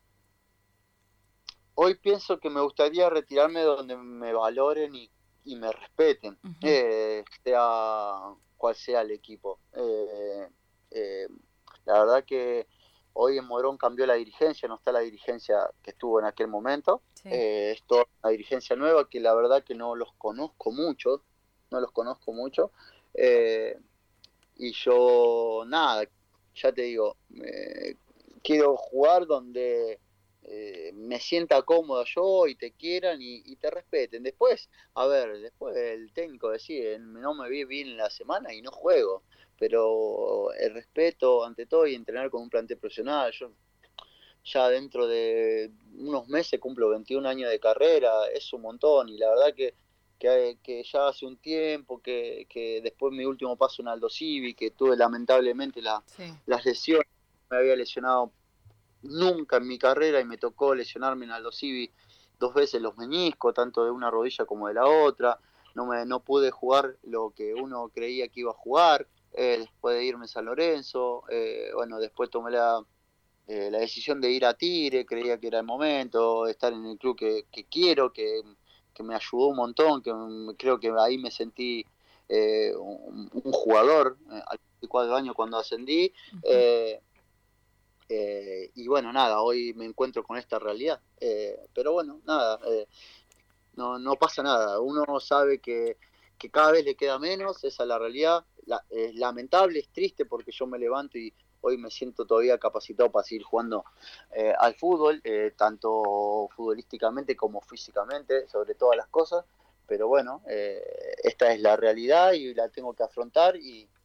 Hoy pienso que me gustaría retirarme donde me valoren y, y me respeten, Ujú. eh, sea cual sea el equipo. Eh, eh, la verdad que hoy en Morón cambió la dirigencia, no está la dirigencia que estuvo en aquel momento. Sí. Eh, es toda una dirigencia nueva que la verdad que no los conozco mucho, no los conozco mucho. Eh, y yo, nada, ya te digo, eh, quiero jugar donde eh, me sienta cómodo yo y te quieran y, y te respeten. Después, a ver, después el técnico decide, no me vi bien en la semana y no juego, pero el respeto ante todo y entrenar con un plantel profesional, yo ya dentro de unos meses cumplo veintiún años de carrera, es un montón y la verdad que, que, que ya hace un tiempo, que, que después mi último paso en Aldo Civi, que tuve lamentablemente la, Sí. las lesiones, me había lesionado nunca en mi carrera y me tocó lesionarme en Aldo Civi dos veces los meniscos, tanto de una rodilla como de la otra, no, me, no pude jugar lo que uno creía que iba a jugar, eh, después de irme a San Lorenzo, eh, bueno, después tomé la eh, la decisión de ir a Tigre, creía que era el momento, de estar en el club que, que quiero, que, que, me ayudó un montón, que creo que ahí me sentí eh, un, un, jugador eh, a los veinticuatro años cuando ascendí. Uh-huh. Eh, eh, y bueno, nada, hoy me encuentro con esta realidad. Eh, pero bueno, nada, eh, no, no pasa nada. Uno sabe que, que cada vez le queda menos, esa es la realidad. La, es lamentable, es triste porque yo me levanto y hoy me siento todavía capacitado para seguir jugando eh, al fútbol, eh, tanto futbolísticamente como físicamente, sobre todas las cosas. Pero bueno, eh, esta es la realidad y la tengo que afrontar y, y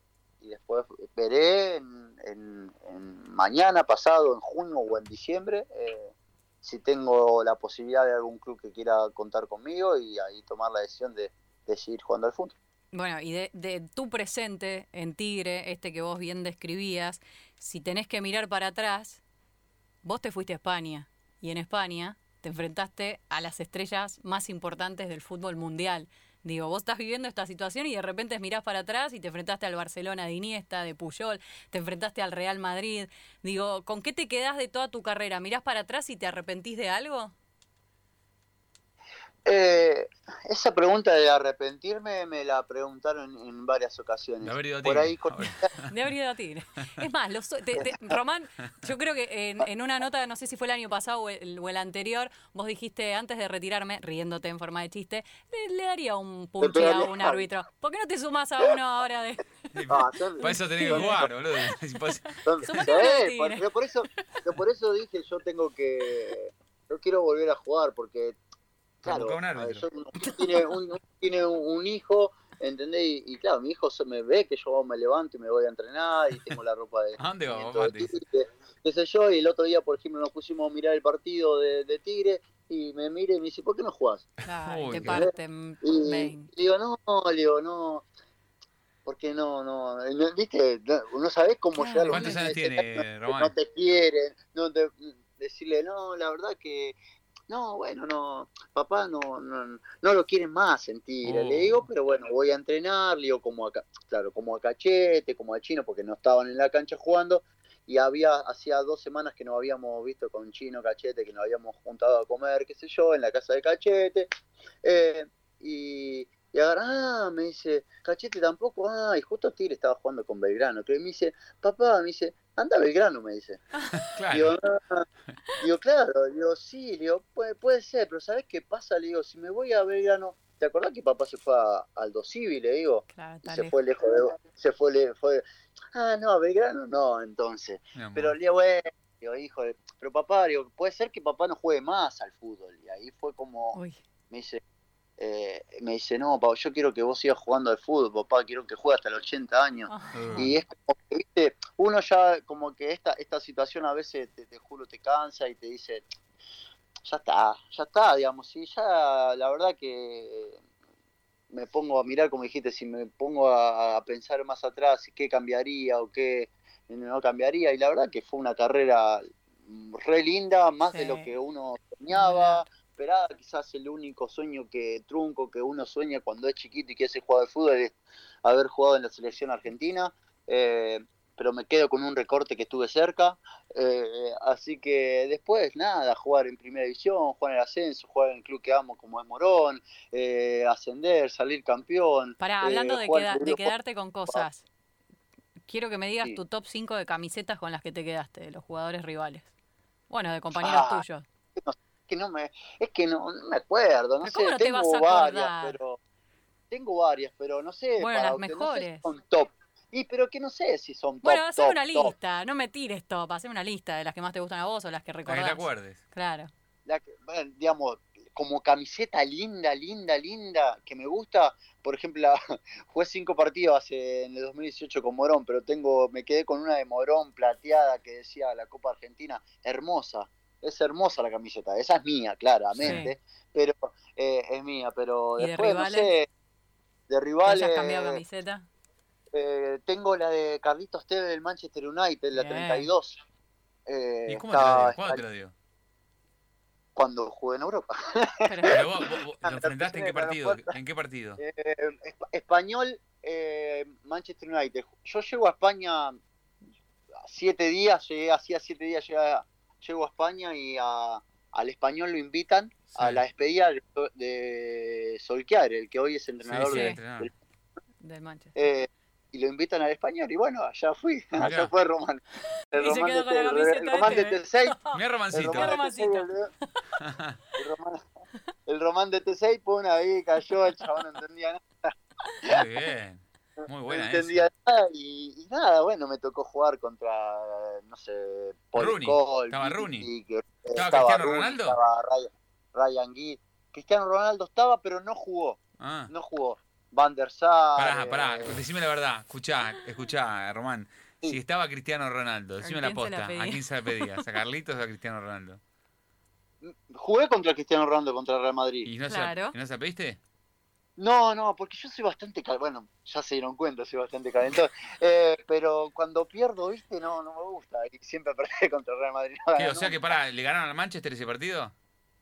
después veré en, en, en mañana, pasado, en junio o en diciembre, eh, si tengo la posibilidad de algún club que quiera contar conmigo y ahí tomar la decisión de, de seguir jugando al fútbol. Bueno, y de, de tu presente en Tigre, este que vos bien describías, si tenés que mirar para atrás, vos te fuiste a España y en España te enfrentaste a las estrellas más importantes del fútbol mundial. Digo, vos estás viviendo esta situación y de repente mirás para atrás y te enfrentaste al Barcelona de Iniesta, de Puyol, te enfrentaste al Real Madrid. Digo, ¿con qué te quedás de toda tu carrera? ¿Mirás para atrás y te arrepentís de algo? Eh, esa pregunta de arrepentirme me la preguntaron en varias ocasiones. De haber ido a Por Tigre. ahí con... De haber ido a Tigre. Es más, los, te, te, Román, yo creo que en, en una nota, no sé si fue el año pasado o el, o el anterior, vos dijiste antes de retirarme, riéndote en forma de chiste, le, le daría un punche a un árbitro. ¿Por qué no te sumás a uno ahora de...? Ah, son, Para eso tenés que jugar, boludo. son, Sumate a uno de eh, por, Tigre. por, eso, por eso dije, yo tengo que... Yo quiero volver a jugar porque... Claro, un árbitro. yo, uno tiene, un, uno tiene un hijo, ¿entendés? Y, y claro, mi hijo se me ve que yo me levanto y me voy a entrenar y tengo la ropa de... ¿A dónde va, de papá? Tigre, qué sé yo, y el otro día, por ejemplo, nos pusimos a mirar el partido de, de Tigre y me mira y me dice, ¿por qué no jugás? Ay, Uy, te qué- parten Y veinte. le digo, no, le digo, no, porque no, no, no, viste, no, no sabés cómo Claro. ya los ¿Cuántos años nenes tiene, no, Román? no te quieren, no te, decirle, no, la verdad que, no, bueno, no, papá no, no, no lo quieren más en Tigre, Oh. le digo, pero bueno, voy a entrenar, le digo, como acá, claro, como a Cachete, como al Chino, porque no estaban en la cancha jugando, y había, hacía dos semanas que nos habíamos visto con Chino, Cachete, que nos habíamos juntado a comer, qué sé yo, en la casa de Cachete, eh, y, y agarra, ah, me dice, Cachete tampoco, ah, y justo Tigre estaba jugando con Belgrano, que me dice, papá, me dice, anda a Belgrano, me dice. Digo, Claro. ah, digo, claro, digo, sí, digo, puede, puede ser, pero ¿sabés qué pasa? Le digo, si me voy a Belgrano, ¿te acordás que papá se fue a Aldo Civi? Le digo, Claro, y está se lejos. fue lejos de, se fue lejos, fue, ah, no, a Belgrano no, entonces. Mi amor. Pero le digo, bueno, digo, hijo, de- pero papá, digo, puede ser que papá no juegue más al fútbol. Y ahí fue como, Uy, me dice, eh, me dice, no, papá, yo quiero que vos sigas jugando al fútbol, papá, quiero que juegues hasta los ochenta años. ah, Uh. Y es como que, viste, uno ya, como que esta, esta situación a veces, te, te juro, te cansa y te dice, ya está, ya está, digamos, sí, ya la verdad que me pongo a mirar, como dijiste, si me pongo a, a pensar más atrás, qué cambiaría o qué no cambiaría, y la verdad que fue una carrera re linda, más Sí. de lo que uno Ni soñaba, hablar. esperaba, quizás el único sueño que trunco que uno sueña cuando es chiquito y quiere jugar al fútbol es haber jugado en la selección argentina, eh, pero me quedo con un recorte que estuve cerca, eh, así que después nada, jugar en primera división, jugar en el ascenso, jugar en el club que amo como es Morón, eh, ascender, salir campeón. Pará, eh, hablando de, jugar en queda- el de grupo- quedarte con cosas, quiero que me digas Sí. tu top cinco de camisetas con las que te quedaste, de los jugadores rivales. Bueno, de compañeros Ah, tuyos. que no me, es que no, no me acuerdo, no Pero sé, ¿cómo no te tengo vas a varias, acordar? pero tengo varias, pero no sé, Bueno, para las que no sé mejores. si son top. Y pero que no sé si son top, Bueno, haceme top, una top. lista, no me tires top, haceme una lista de las que más te gustan a vos o las que Para que te recordás. acuerdes. Claro. La que- bueno, digamos, como camiseta linda, linda, linda, que me gusta, por ejemplo, la, jugué cinco partidos hace, en el dos mil dieciocho con Morón, pero tengo, me quedé con una de Morón plateada que decía la Copa Argentina, hermosa, es hermosa la camiseta, esa es mía, claramente, pero eh, es mía, pero ¿Y de después, no rivales? sé, de ¿Que hayas rivales, cambiado camiseta? eh, tengo la de Carlitos Tevez del Manchester United, la Bien. treinta y dos, eh, ¿Y cómo te la está, dio? ¿Cuándo te está la dio? cuando jugué en Europa. Pero, Pero vos, vos- vos ¿lo enfrentaste en qué Para la partido? puerta. ¿En qué partido? Eh, Esp- Español, eh, Manchester United. Yo llego a España siete días, llegué hacía siete días, llegué a- llego a España y a- al Español lo invitan a Sí. la despedida de, de Solskjaer, el que hoy es entrenador sí, de- entrenador. del- del Manchester. eh, y lo invitan al Español y bueno, allá fui, Mirá. allá fue Román. El Y se Román quedó de, con la el, camiseta el de Román de Tevez. T seis. Mirá El Romancito. Qué Román de T seis, Romancito. boludo. El Román, el Román de T seis, pum, ahí cayó, el chabón no entendía nada. Muy bien. Muy No buena entendía esa. nada y, y nada, bueno, me tocó jugar contra, no sé, Paul Rooney. Scholes, Estaba Vicky, Rooney. que- ¿Estaba Cristiano Rooney, Ronaldo? estaba Ryan, Ryan Giggs. Cristiano Ronaldo estaba, pero no jugó, Ah, no jugó. Van der Sar. Pará, pará, eh, decime la verdad. Escuchá, escuchá, Román. Sí. Si estaba Cristiano Ronaldo, decime ¿A la quién se la posta. ¿A pedías? quién se la pedías? ¿A Carlitos o a Cristiano Ronaldo? Jugué contra Cristiano Ronaldo, contra Real Madrid. ¿Y no, Claro. se, la, ¿no se la pediste? No, no, porque yo soy bastante cal- bueno, ya se dieron cuenta, soy bastante calentón. Eh, pero cuando pierdo, viste, no, no me gusta. Y siempre perdí contra Real Madrid. No ¿Qué? gané O sea que nunca. pará, ¿le ganaron al Manchester ese partido?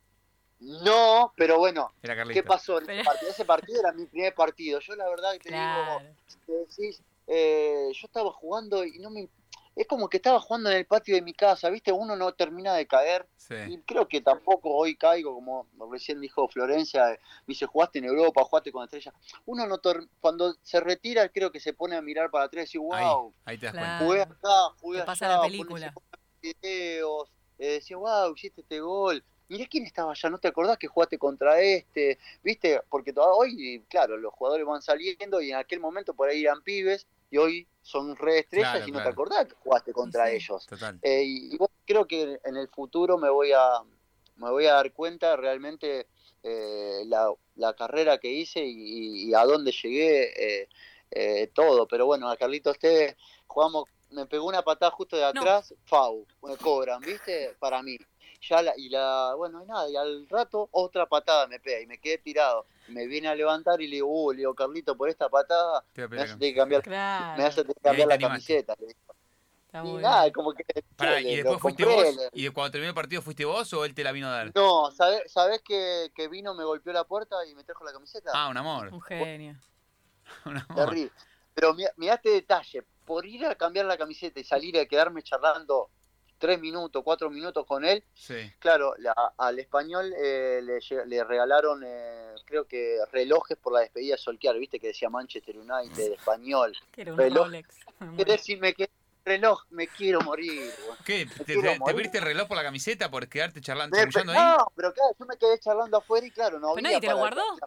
No, pero bueno, Era ¿qué Carlitos. pasó en ese Pero- partido? Ese partido era mi primer partido. Yo la verdad que te Claro. digo, te decís, eh, yo estaba jugando y no me... Es como que estaba jugando en el patio de mi casa, ¿viste? Uno no termina de caer. Sí. Y creo que tampoco hoy caigo, como recién dijo Florencia, eh, me dice, jugaste en Europa, jugaste con Estrella. Uno no tor- cuando se retira creo que se pone a mirar para atrás y decir, Ahí, wow, ahí te das Claro. cuenta. jugué acá, jugué Te allá, pasa la pone- película. se pone videos, eh, decía, wow, hiciste este gol. Mirá quién estaba allá, ¿no te acordás que jugaste contra este? ¿Viste? Porque todavía hoy, claro, los jugadores van saliendo y en aquel momento por ahí eran pibes y hoy son re estrellas Claro, y no claro. te acordás que jugaste contra sí. ellos. Total. Eh, y, y bueno, creo que en el futuro me voy a, me voy a dar cuenta realmente eh, la, la carrera que hice y, y a dónde llegué, eh, eh, todo. Pero bueno, a Carlitos Tevez jugamos, me pegó una patada justo de No. atrás, Fau, me cobran, ¿viste? Para mí. Ya la, y la, bueno, y nada, y al rato otra patada me pega y me quedé tirado. Me vine a levantar y le digo, uh, le digo, Carlito, por esta patada Te voy a me pedir hace la tener que cambiar, Claro. me hace tener que Y ahí cambiar te la animaste. camiseta. Le digo. Está Y muy nada, bien. como que Pará, che, ¿y le- después lo fuiste compré, vos? le- ¿Y cuando terminó el partido fuiste vos o él te la vino a dar? No, ¿sabés, sabés que, que vino, me golpeó la puerta y me trajo la camiseta? Ah, un amor. Un genio. Un amor. Terrible. Pero mirá, mirá este detalle, por ir a cambiar la camiseta y salir y quedarme charlando tres minutos, cuatro minutos con él, Sí. claro, la- al español eh, le, lle- le regalaron, eh, creo que relojes por la despedida de Solskjaer, viste que decía Manchester United, español. Que era un Reloj. Rolex. Me ¿Qué muero. decirme que reloj? Me quiero morir. Güey. ¿Qué? Me ¿Te, quiero te, te morir. perdiste el reloj por la camiseta por quedarte charlando, Me- chamullando ahí? no, pero claro, yo me quedé charlando afuera y claro, no ¿Pero había nadie te lo para- guardó?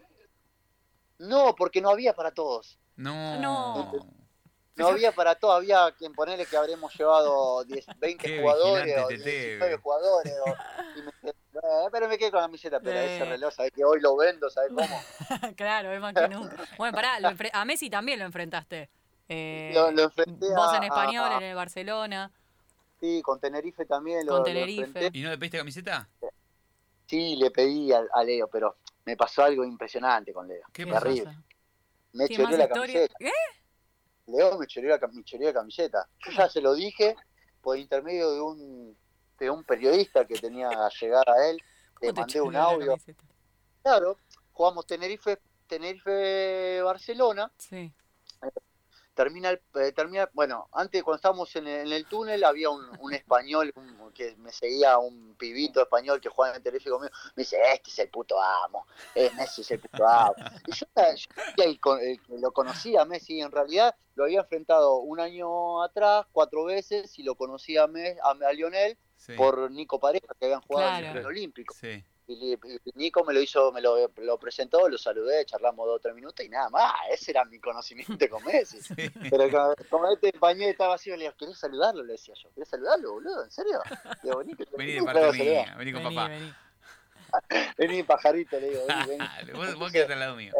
No, porque no había para todos. No. No. No había para todo, había quien ponerle que habremos llevado diez, veinte Qué jugadores vigilante, o Tete, diecinueve ve. jugadores. O, y me quedé- eh, pero me quedé con la camiseta, pero Sí. ese reloj, ¿sabés que hoy lo vendo? ¿Sabés cómo? Claro, es más que nunca. Bueno, pará, lo enfre- a Messi también lo enfrentaste. Eh, Lo- lo enfrenté vos a- en español, a- en el Barcelona. Sí, con Tenerife también lo, Con lo Tenerife. enfrenté. ¿Y no le pediste camiseta? Sí, le pedí a, a Leo, pero me pasó algo impresionante con Leo. ¿Qué ¿Qué pasó? Terrible. pasa? Me ¿Tiene choreó más la historia? camiseta. ¿Qué? Leo me choreó la, cam- me choreó la camiseta. Yo ya se lo dije por intermedio de un, de un periodista que tenía a llegar a él. ¿Cómo Le te mandé un choreó la audio. camiseta? Claro, jugamos Tenerife, Tenerife-Barcelona. Sí. Termina, el, eh, termina, bueno, antes cuando estábamos en el, en el túnel había un, un español un- que me seguía, un pibito español que jugaba en Tenerife conmigo, me dice, este es el puto amo, eh, Messi es el puto amo. Y yo, yo ya el con- el que lo conocía a Messi, en realidad lo había enfrentado un año atrás, cuatro veces, y lo conocía a, Mes- a, a Lionel Sí. por Nico Pareja, que habían jugado Claro. en el Olímpico. Sí. Y, y Nico me lo hizo, me lo, lo presentó, lo saludé, charlamos dos o tres minutos y nada más. Ese era mi conocimiento con Messi. Sí. Pero como, como este español estaba así, le digo, ¿querés saludarlo? Le decía yo, ¿querés saludarlo, boludo? ¿En serio? Le digo, vení, que Vení de vení, parte te voy a saludar. mía, vení con Vení, papá. vení. Vení, pajarito, le digo, vení, vení. vos vos quedate al lado mío.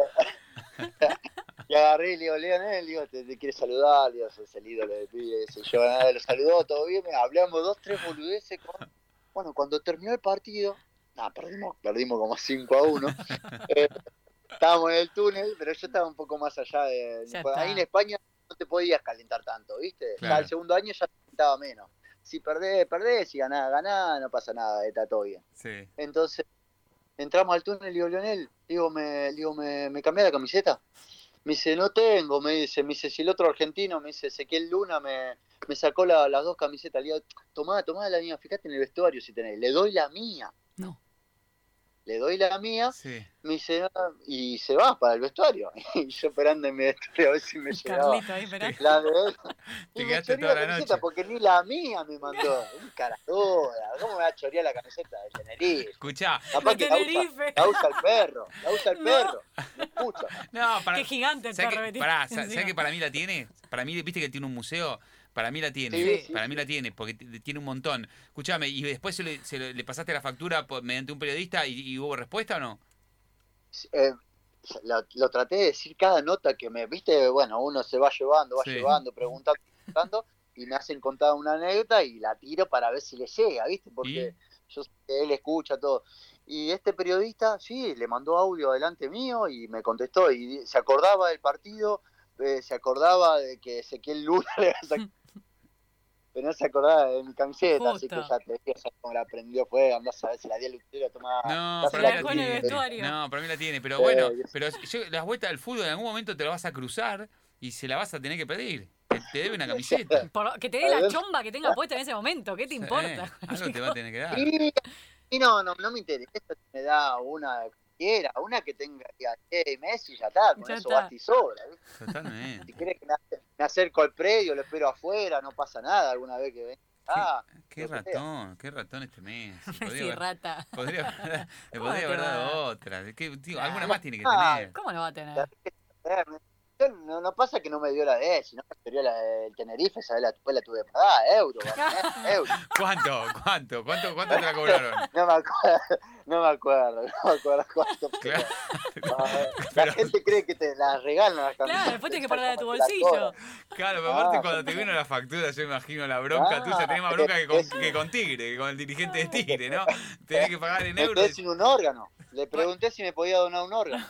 Y agarré y le digo, Leonel, le digo, te, te quiere saludar, le digo, sos el ídolo de pibe, ese. Yo nada, lo saludó, todo bien, me hablamos dos, tres boludeces con... Bueno, cuando terminó el partido, nada, perdimos, perdimos como cinco a uno. Eh, estábamos en el túnel, pero yo estaba un poco más allá de... Ya pues, ahí está. en España no te podías calentar tanto, ¿viste? Ya Claro. el segundo año ya te calentaba menos. Si perdés, perdés, si ganás, ganás, no pasa nada, está todo bien. Sí. Entonces, entramos al túnel y digo, Leonel, digo, me, digo, me, me cambié la camiseta. Me dice, no tengo, me dice, me dice, si el otro argentino, me dice, Ezequiel Luna me, me sacó la- las dos camisetas. Le digo, tomá, tomá la mía, fíjate en el vestuario si tenés. Le doy la mía. No. Le doy la mía, Sí. me dice, ah, y se va para el vestuario. Y yo esperando en mi vestuario a ver si me llegaba Carlito ahí, esperá. la de él. Te Y me quedaste choreó toda la la camiseta noche. porque ni la mía me mandó. Un carajoda. ¿Cómo me va a chorear la camiseta de Tenerife? Escuchá. Capaz De que la usa, Tenerife. la usa el perro. La usa el No. perro. Me escucha. No, para. Qué gigante el ¿Sabés perro que, que tiene pará, sa- encima. ¿sabés que para mí la tiene? Para mí, viste que tiene un museo. Para mí la tiene. Sí, sí, para sí. mí la tiene, porque t- tiene un montón. Escuchame, ¿y después se le, se le- le pasaste la factura por- mediante un periodista y, y hubo respuesta o no? Eh, lo, lo traté de decir cada nota que me, viste, bueno, uno se va llevando, va Sí. llevando, preguntando, preguntando, y me hacen contar una anécdota y la tiro para ver si le llega, viste, porque yo sé que él escucha todo. Y este periodista, sí, le mandó audio adelante mío y me contestó, y se acordaba del partido, eh, se acordaba de que Ezequiel Luna le había sacado, pero no se acordaba de mi camiseta, Justo. así que ya te decía, ya como la prendió fuego, andás a ver si la di al Lutero, tomá. No, ya para la mí la dejó en el tiene. vestuario. No, para mí la tiene. Pero Sí, bueno, yo- pero yo, las vueltas del fútbol en algún momento te lo vas a cruzar y se la vas a tener que pedir. Te, te debe una camiseta. Por- que te dé la chomba que tenga puesta en ese momento, ¿qué te Sí, importa? algo te va a tener que dar. Y, y no, no, no me interesa si me da una cualquiera, una que tenga que Messi, ya está, con Ya eso está. basta y sobra. ¿Viste? Si Totalmente. querés que me, acer- me acerco al predio, lo espero afuera, no pasa nada alguna vez que venga. Ah, Qué lo que sea. ratón, qué ratón este Messi. Podría Sí, haber, rata. podría haber- le ¿Cómo podría te haber va a dado dar? otra. ¿Qué, tío, Ah. alguna más tiene que Ah, tener. ¿Cómo lo va a tener? Eh, yo no, no pasa que no me dio la de él, sino que me dio la del Tenerife, ¿sabes? La, después la tuve que pagar, euro, ¿eh? Euro. ¿Cuánto? ¿Cuánto? ¿Cuánto, cuánto te la cobraron? No me acuerdo, no me acuerdo, no me acuerdo cuánto. Claro. Ah, Pero- La gente cree que te la regalan las camisas. Claro, después tenés que pagar de tu La bolsillo. cobran. Claro, pero aparte Ah. cuando te vino la factura, yo imagino la bronca Ah, tuya, tenés más bronca que con, es- que con Tigre, que con el dirigente de Tigre, ¿no? Tenés que pagar en Me euros. quedé sin un órgano. Le pregunté si me podía donar un órgano.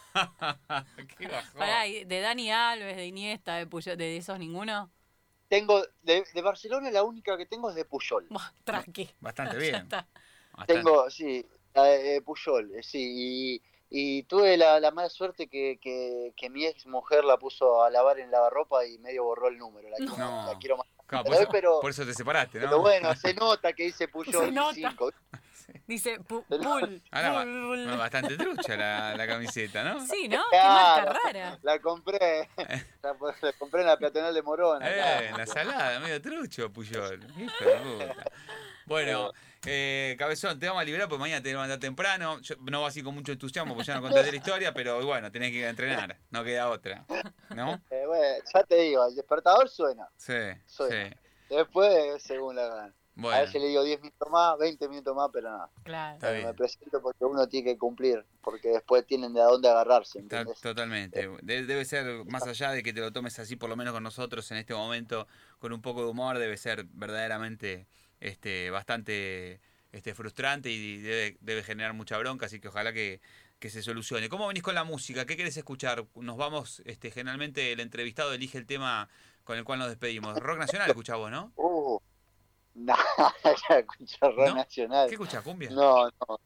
Qué bajón. Pará, ¿y de Dani Alves, de Iniesta, de Puyol, de esos ninguno? Tengo de, de Barcelona la única que tengo es de Puyol. Buah, tranqui. Bastante Ya bien. está. Bastante. Tengo, sí, la de Puyol, eh, sí. Y, y tuve la, la mala suerte que, que, que mi ex mujer la puso a lavar en lavarropa y medio borró el número. La, quiero- No. la quiero más. Claro, por, eso, pero- por eso te separaste, ¿no? Pero bueno, se nota que dice Puyol Se nota. cinco. Dice pu- Pul. Ahora va- Pul. bueno, bastante trucha la, la camiseta, ¿no? Sí, ¿no? Qué marca Claro, rara. La compré, la, la compré en la peatonal de Morón. acá. Eh, en la salada, medio trucho, Puyol. Hijo de puta. Bueno, eh, Cabezón, te vamos a liberar porque mañana te levantas temprano. Yo no va así con mucho entusiasmo porque ya no contaste la historia, pero bueno, tenés que ir a entrenar. No queda otra. ¿No? Eh, bueno, ya te digo, el despertador suena. Sí, Suena. sí. Después, según la gana. A Bueno, veces le digo diez minutos más, veinte minutos más, pero nada. Claro. Está Pero bien. me presento porque uno tiene que cumplir, porque después tienen de a dónde agarrarse, Ta- ¿entendés? totalmente. De- Debe ser, más allá de que te lo tomes así, por lo menos con nosotros en este momento, con un poco de humor, debe ser verdaderamente este, bastante este, frustrante y debe, debe generar mucha bronca, así que ojalá que, que se solucione. ¿Cómo venís con la música? ¿Qué querés escuchar? Nos vamos, este, generalmente el entrevistado elige el tema con el cual nos despedimos. Rock nacional escuchás vos, ¿no? Uh, nada, ya escucho rock ¿No? nacional. ¿Qué escuchás, cumbia? No, no.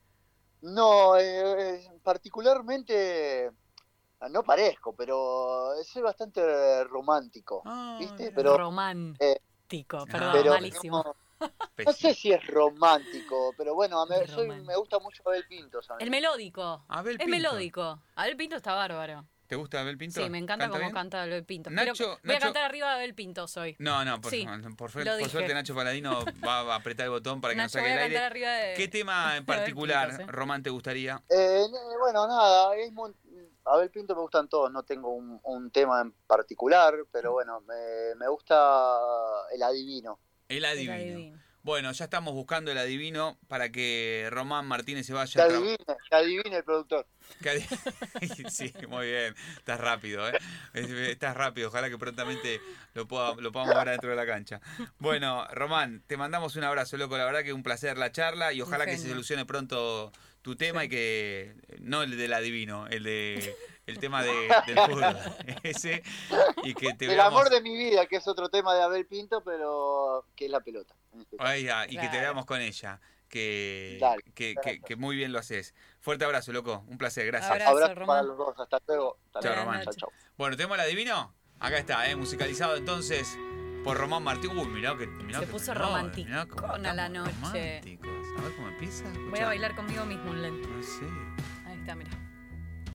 No, eh, eh, particularmente, no parezco, pero soy bastante romántico, Ah, ¿viste? mira. Pero, Romántico, perdón, pero malísimo. no, no Pésimo. sé si es romántico, pero bueno, me, soy- Romántico. me gusta mucho Abel Pinto, ¿sabes? El melódico. Abel Es Pinto. melódico. Abel Pinto está bárbaro. ¿Te gusta Abel Pinto? Sí, me encanta cómo bien? canta Abel Pinto. Nacho- Pero voy a Nacho- cantar arriba de Abel Pinto hoy. No, no, por, Sí, por, por, lo por dije. suerte Nacho Paladino va a apretar el botón para que nos Nacho, saque voy el a aire. cantar arriba de... ¿Qué tema en de Abel particular, Pinto, sí. Román, te gustaría? Eh, n- bueno, nada, es mon- Abel Pinto me gustan todos, no tengo un, un tema en particular, pero bueno, me, me gusta El Adivino. El El adivino. adivino. Bueno, ya estamos buscando el adivino para que Román Martínez se Que vaya a tra- adivine, que adivine el productor. que adi- Sí, muy bien. Estás rápido, ¿eh? Es- Estás rápido. Ojalá que prontamente lo, pueda, lo podamos ver dentro de la cancha. Bueno, Román, te mandamos un abrazo, loco. La verdad que un placer la charla y ojalá que se genio. solucione pronto tu tema Sí. y que... No el del adivino, el de... El tema de, del fútbol. Ese. Y que te El veamos... amor de mi vida, que es otro tema de Abel Pinto, pero que es la pelota. en este caso. Ahí va, y que te Claro. veamos con ella. Que, Dale, que, que, gracias. que muy bien lo haces. Fuerte abrazo, loco. Un placer, gracias. Abrazo, Abrazo Román. para los dos, hasta luego. Hasta Chao, luego. Román. Chao, chao. Bueno, ¿tenemos el adivino? Acá está, ¿eh? Musicalizado entonces por Román Martín. Uy, mirá que. Mirá Se que puso tenor, romanticona mirá cómo la estamos noche. románticos. A ver cómo empieza. Voy Escuchá. a bailar conmigo mismo un lento. No sé. Ahí está, mira.